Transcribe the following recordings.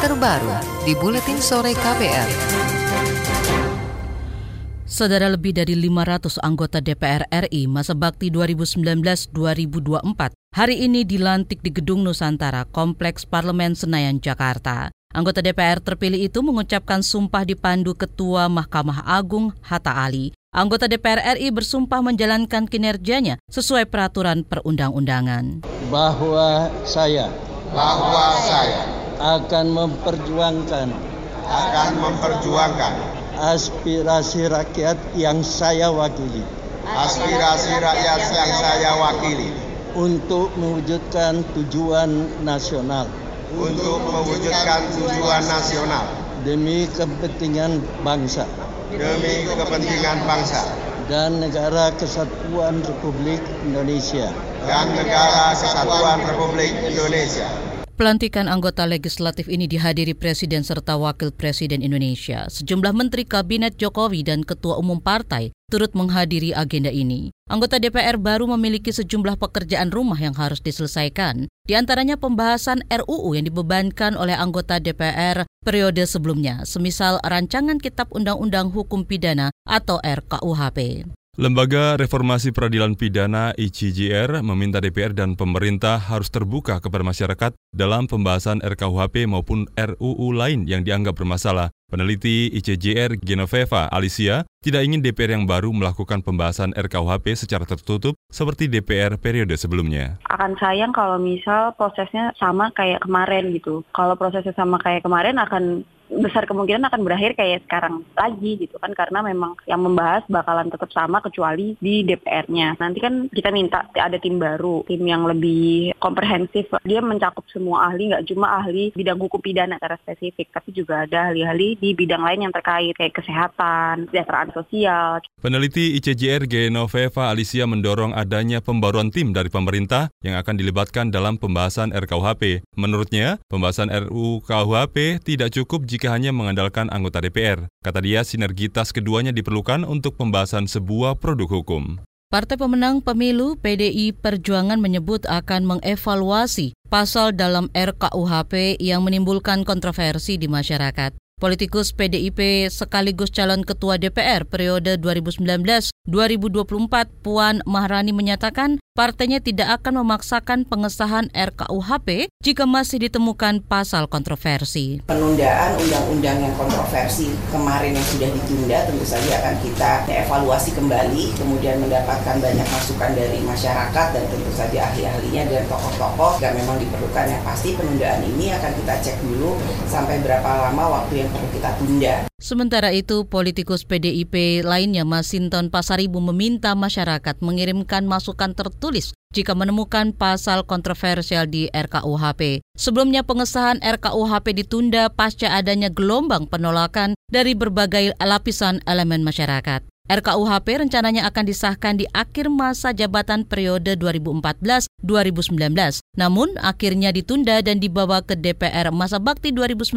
terbaru di Buletin Sore KBR. Saudara, lebih dari 500 anggota DPR RI masa bakti 2019-2024 hari ini dilantik di Gedung Nusantara, Kompleks Parlemen Senayan, Jakarta. Anggota DPR terpilih itu mengucapkan sumpah dipandu Ketua Mahkamah Agung Hatta Ali. Anggota DPR RI bersumpah menjalankan kinerjanya sesuai peraturan perundang-undangan. Bahwa saya akan memperjuangkan aspirasi rakyat yang saya wakili. Untuk mewujudkan tujuan nasional. Demi kepentingan bangsa. Dan negara kesatuan Republik Indonesia. Pelantikan anggota legislatif ini dihadiri Presiden serta Wakil Presiden Indonesia. Sejumlah Menteri Kabinet Jokowi dan Ketua Umum Partai turut menghadiri agenda ini. Anggota DPR baru memiliki sejumlah pekerjaan rumah yang harus diselesaikan. Di antaranya pembahasan RUU yang dibebankan oleh anggota DPR periode sebelumnya, semisal Rancangan Kitab Undang-Undang Hukum Pidana atau RKUHP. Lembaga Reformasi Peradilan Pidana ICJR meminta DPR dan pemerintah harus terbuka kepada masyarakat dalam pembahasan RKUHP maupun RUU lain yang dianggap bermasalah. Peneliti ICJR Genoveva Alicia tidak ingin DPR yang baru melakukan pembahasan RKUHP secara tertutup seperti DPR periode sebelumnya. Akan sayang kalau misal prosesnya sama kayak kemarin gitu. Kalau prosesnya sama kayak kemarin akan besar kemungkinan akan berakhir kayak sekarang lagi gitu kan, karena memang yang membahas bakalan tetap sama kecuali di DPR-nya. Nanti kan kita minta ada tim baru, tim yang lebih komprehensif. Dia mencakup semua ahli, nggak cuma ahli bidang hukum pidana secara spesifik, tapi juga ada ahli-ahli di bidang lain yang terkait kayak kesehatan, kesejahteraan sosial. Peneliti ICJR Genoveva Alicia mendorong adanya pembaruan tim dari pemerintah yang akan dilibatkan dalam pembahasan RKUHP. Menurutnya, pembahasan RUU KUHP tidak cukup jika hanya mengandalkan anggota DPR. Kata dia, sinergitas keduanya diperlukan untuk pembahasan sebuah produk hukum. Partai pemenang pemilu PDI Perjuangan menyebut akan mengevaluasi pasal dalam RKUHP yang menimbulkan kontroversi di masyarakat. Politikus PDIP sekaligus calon ketua DPR periode 2019-2024 Puan Maharani menyatakan partainya tidak akan memaksakan pengesahan RKUHP jika masih ditemukan pasal kontroversi. Penundaan undang-undang yang kontroversi kemarin yang sudah ditunda tentu saja akan kita evaluasi kembali, kemudian mendapatkan banyak masukan dari masyarakat dan tentu saja ahli-ahlinya dan tokoh-tokoh. Jika memang diperlukan, yang pasti penundaan ini akan kita cek dulu sampai berapa lama waktu yang perlu kita tunda. Sementara itu, politikus PDIP lainnya Masinton Pasaribu meminta masyarakat mengirimkan masukan tertulis jika menemukan pasal kontroversial di RKUHP. Sebelumnya pengesahan RKUHP ditunda pasca adanya gelombang penolakan dari berbagai lapisan elemen masyarakat. RKUHP rencananya akan disahkan di akhir masa jabatan periode 2014-2019. Namun akhirnya ditunda dan dibawa ke DPR masa bakti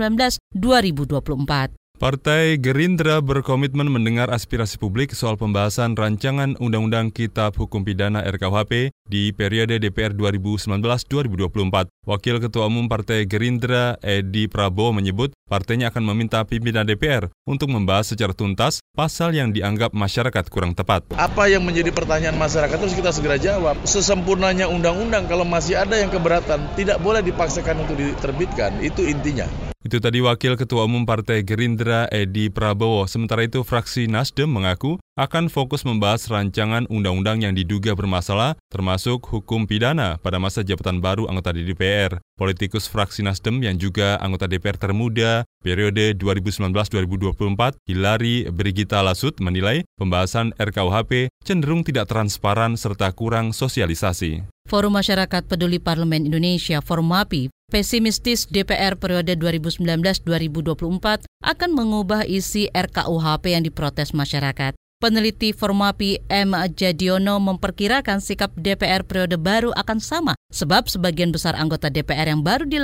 2019-2024. Partai Gerindra berkomitmen mendengar aspirasi publik soal pembahasan rancangan Undang-Undang Kitab Hukum Pidana RKUHP di periode DPR 2019-2024. Wakil Ketua Umum Partai Gerindra Edi Prabowo menyebut partainya akan meminta pimpinan DPR untuk membahas secara tuntas pasal yang dianggap masyarakat kurang tepat. Apa yang menjadi pertanyaan masyarakat terus kita segera jawab. Sesempurnanya undang-undang, kalau masih ada yang keberatan, tidak boleh dipaksakan untuk diterbitkan. Itu intinya. Itu tadi Wakil Ketua Umum Partai Gerindra Edi Prabowo. Sementara itu fraksi Nasdem mengaku akan fokus membahas rancangan undang-undang yang diduga bermasalah, termasuk hukum pidana pada masa jabatan baru anggota di DPR. Politikus fraksi Nasdem yang juga anggota DPR termuda periode 2019-2024, Hilary Brigita Lasut menilai pembahasan RKUHP cenderung tidak transparan serta kurang sosialisasi. Forum Masyarakat Peduli Parlemen Indonesia Formapi pesimistis DPR periode 2019-2024 akan mengubah isi RKUHP yang diprotes masyarakat. Peneliti Formapi M. Jadiono memperkirakan sikap DPR periode baru akan sama, sebab sebagian besar anggota DPR yang baru dilantik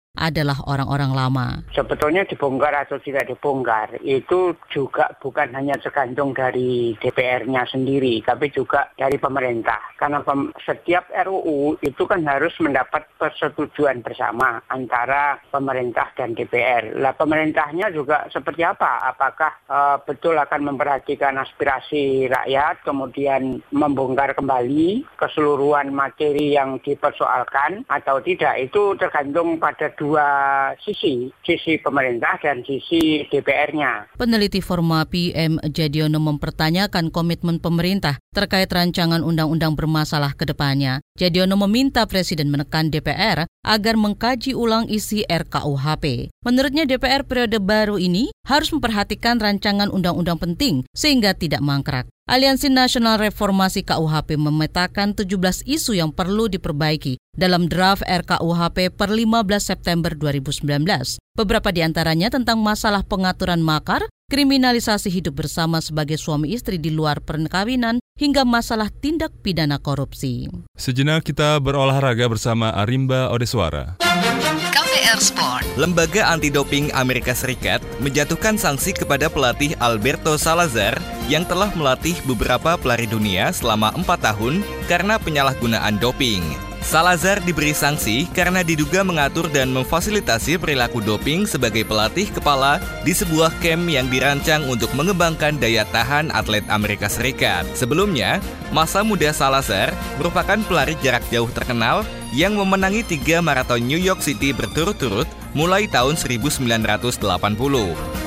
adalah orang-orang lama. Sebetulnya dibongkar atau tidak dibongkar itu juga bukan hanya tergantung dari DPR-nya sendiri, tapi juga dari pemerintah. Karena setiap RUU itu kan harus mendapat persetujuan bersama antara pemerintah dan DPR. Lah pemerintahnya juga seperti apa? Apakah betul akan memperhatikan aspirasi rakyat, kemudian membongkar kembali keseluruhan materi yang dipersoalkan atau tidak? Itu tergantung pada dua sisi pemerintah dan sisi DPR-nya. Peneliti Formapi M. Jadiono mempertanyakan komitmen pemerintah terkait rancangan undang-undang bermasalah ke depannya. Jadiono meminta Presiden menekan DPR agar mengkaji ulang isi RKUHP. Menurutnya DPR periode baru ini harus memperhatikan rancangan undang-undang penting sehingga tidak mangkrak. Aliansi Nasional Reformasi KUHP memetakan 17 isu yang perlu diperbaiki dalam draft RKUHP per 15 September 2019. Beberapa di antaranya tentang masalah pengaturan makar, kriminalisasi hidup bersama sebagai suami istri di luar perkawinan, hingga masalah tindak pidana korupsi. Sejenak kita berolahraga bersama Arimba Odeswara. KVR Sport. Lembaga anti-doping Amerika Serikat menjatuhkan sanksi kepada pelatih Alberto Salazar yang telah melatih beberapa pelari dunia selama 4 tahun karena penyalahgunaan doping. Salazar diberi sanksi karena diduga mengatur dan memfasilitasi perilaku doping sebagai pelatih kepala di sebuah camp yang dirancang untuk mengembangkan daya tahan atlet Amerika Serikat. Sebelumnya, masa muda Salazar merupakan pelari jarak jauh terkenal yang memenangi 3 maraton New York City berturut-turut mulai tahun 1980.